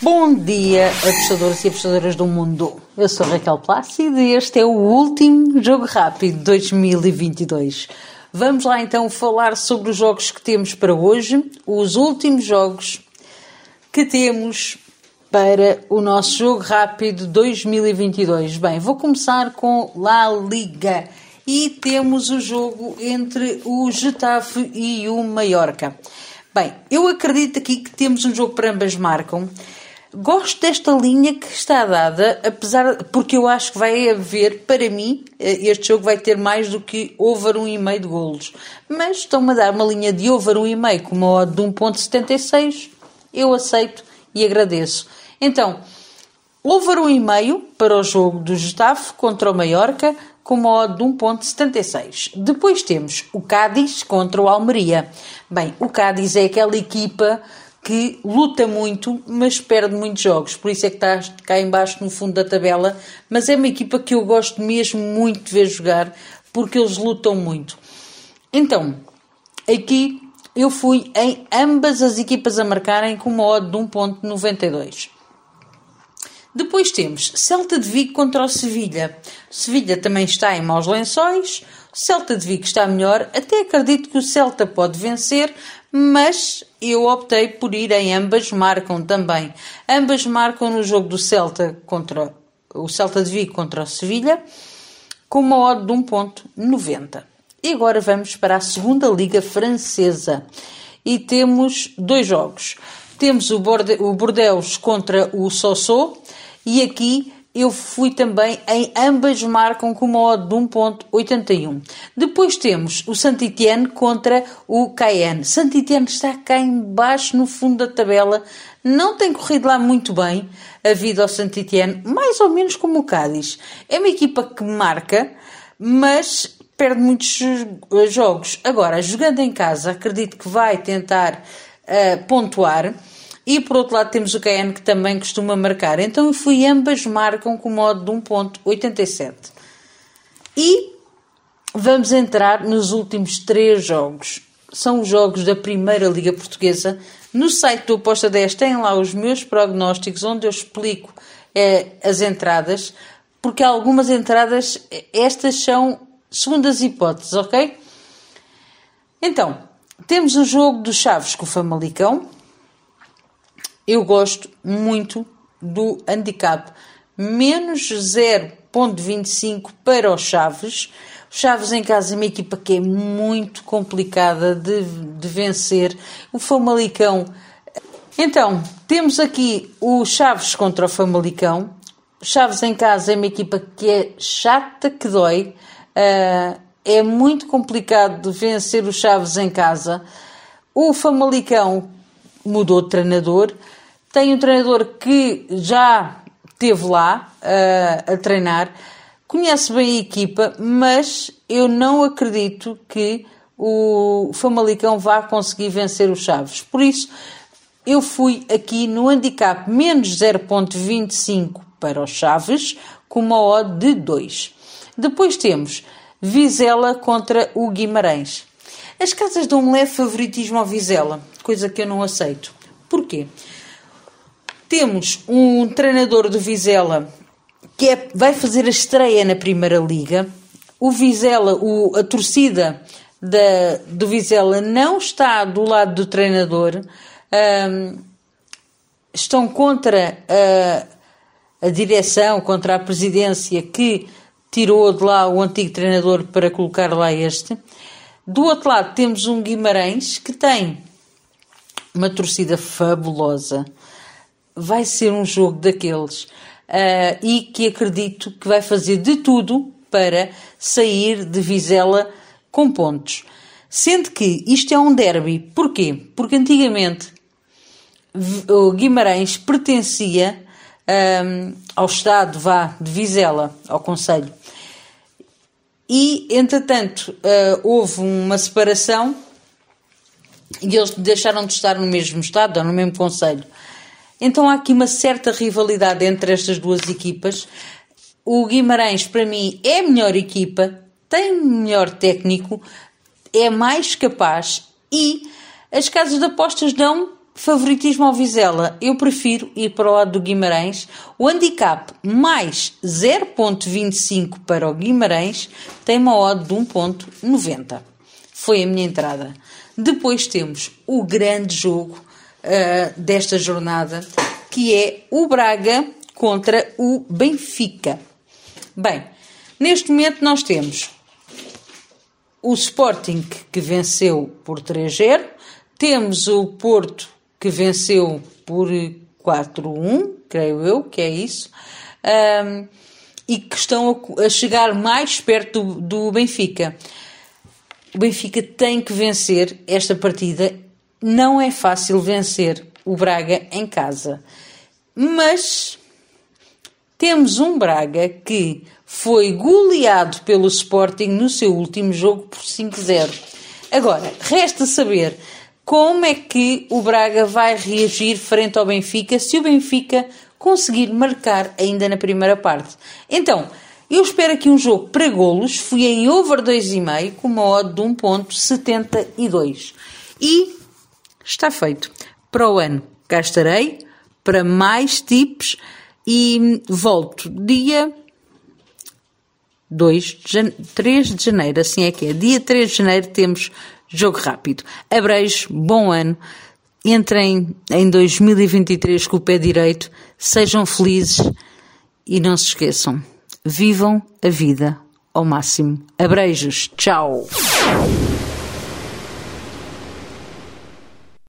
Bom dia, apostadores e apostadoras do mundo. Eu sou Raquel Plácido e este é o último Jogo Rápido de 2022. Vamos lá então falar sobre os jogos que temos para hoje, os últimos jogos que temos para o nosso Jogo Rápido 2022. Bem, vou começar com La Liga e temos o jogo entre o Getafe e o Mallorca. Bem, eu acredito aqui que temos um jogo para ambas marcam. Gosto desta linha que está dada, porque eu acho que vai haver, para mim, este jogo vai ter mais do que over 1,5 de golos. Mas estão-me a dar uma linha de over 1,5 com uma odd de 1,76, eu aceito e agradeço. Então, over 1,5 para o jogo do Getafe contra o Mallorca, com uma odd de 1,76. Depois temos o Cádiz contra o Almeria. Bem, o Cádiz é aquela equipa que luta muito, mas perde muitos jogos. Por isso é que está cá em baixo no fundo da tabela. Mas é uma equipa que eu gosto mesmo muito de ver jogar, porque eles lutam muito. Então, aqui eu fui em ambas as equipas a marcarem com uma odd de 1,92. Depois temos Celta de Vigo contra o Sevilha. O Sevilha também está em maus lençóis. O Celta de Vigo está melhor. Até acredito que o Celta pode vencer, mas eu optei por ir em ambas marcam também. Ambas marcam no jogo do Celta contra o Celta de Vigo contra o Sevilha, com uma odd de 1,90. E agora vamos para a segunda Liga Francesa. E temos dois jogos. Temos o Bordeaux contra o Sochaux. E aqui eu fui também em ambas marcam com uma odd de 1,81. Depois temos o Saint-Étienne contra o Cayenne. Saint-Étienne está cá em baixo no fundo da tabela. Não tem corrido lá muito bem a vida ao Saint-Étienne, mais ou menos como o Cádiz. É uma equipa que marca, mas perde muitos jogos. Agora, jogando em casa, acredito que vai tentar pontuar. E por outro lado temos o Cayenne que também costuma marcar. Então eu fui ambas marcam com modo de 1,87. E vamos entrar nos últimos 3 jogos. São os jogos da Primeira Liga Portuguesa. No site do Aposta 10 tem lá os meus prognósticos, onde eu explico as entradas. Porque há algumas entradas, estas são segundas hipóteses, ok? Então, temos o jogo dos Chaves com o Famalicão. Eu gosto muito do handicap menos 0,25 para os Chaves. Os Chaves em casa é uma equipa que é muito complicada de vencer. O Famalicão. Então, temos aqui o Chaves contra o Famalicão. O Chaves em casa é uma equipa que é chata que dói. É muito complicado de vencer os Chaves em casa. O Famalicão mudou de treinador. Tem um treinador que já esteve lá a treinar, conhece bem a equipa, mas eu não acredito que o Famalicão vá conseguir vencer os Chaves. Por isso, eu fui aqui no handicap menos 0,25 para os Chaves, com uma odd de 2. Depois temos Vizela contra o Guimarães. As casas dão um leve favoritismo ao Vizela, coisa que eu não aceito. Porquê? Temos um treinador do Vizela que vai fazer a estreia na Primeira Liga. O Vizela, a torcida do Vizela não está do lado do treinador. Estão contra a direção, contra a presidência que tirou de lá o antigo treinador para colocar lá este. Do outro lado temos um Guimarães que tem uma torcida fabulosa. Vai ser um jogo daqueles e que acredito que vai fazer de tudo para sair de Vizela com pontos. Sendo que isto é um derby. Porquê? Porque antigamente o Guimarães pertencia ao estado de Vizela, ao concelho. E, entretanto, houve uma separação e eles deixaram de estar no mesmo estado, ou no mesmo concelho. Então há aqui uma certa rivalidade entre estas duas equipas. O Guimarães, para mim, é a melhor equipa, tem melhor técnico, é mais capaz e as casas de apostas dão favoritismo ao Vizela, eu prefiro ir para o lado do Guimarães. O handicap mais 0.25 para o Guimarães tem uma odd de 1.90. Foi a minha entrada. Depois temos o grande jogo desta jornada, que é o Braga contra o Benfica. Bem, neste momento nós temos o Sporting que venceu por 3-0, temos o Porto que venceu por 4-1, creio eu que é isso, e que estão a chegar mais perto do Benfica. O Benfica tem que vencer esta partida. Não é fácil vencer o Braga em casa. Mas temos um Braga que foi goleado pelo Sporting no seu último jogo por 5-0. Agora, resta saber como é que o Braga vai reagir frente ao Benfica se o Benfica conseguir marcar ainda na primeira parte. Então, eu espero aqui um jogo para golos. Fui em over 2,5 com uma odd de 1.72. E está feito. Para o ano cá estarei para mais tips e volto dia 3 de janeiro, assim é que é. Dia 3 de janeiro temos jogo rápido. Abrejo, bom ano. Entrem em 2023 com o pé direito. Sejam felizes e não se esqueçam. Vivam a vida ao máximo. Abreijos. Tchau.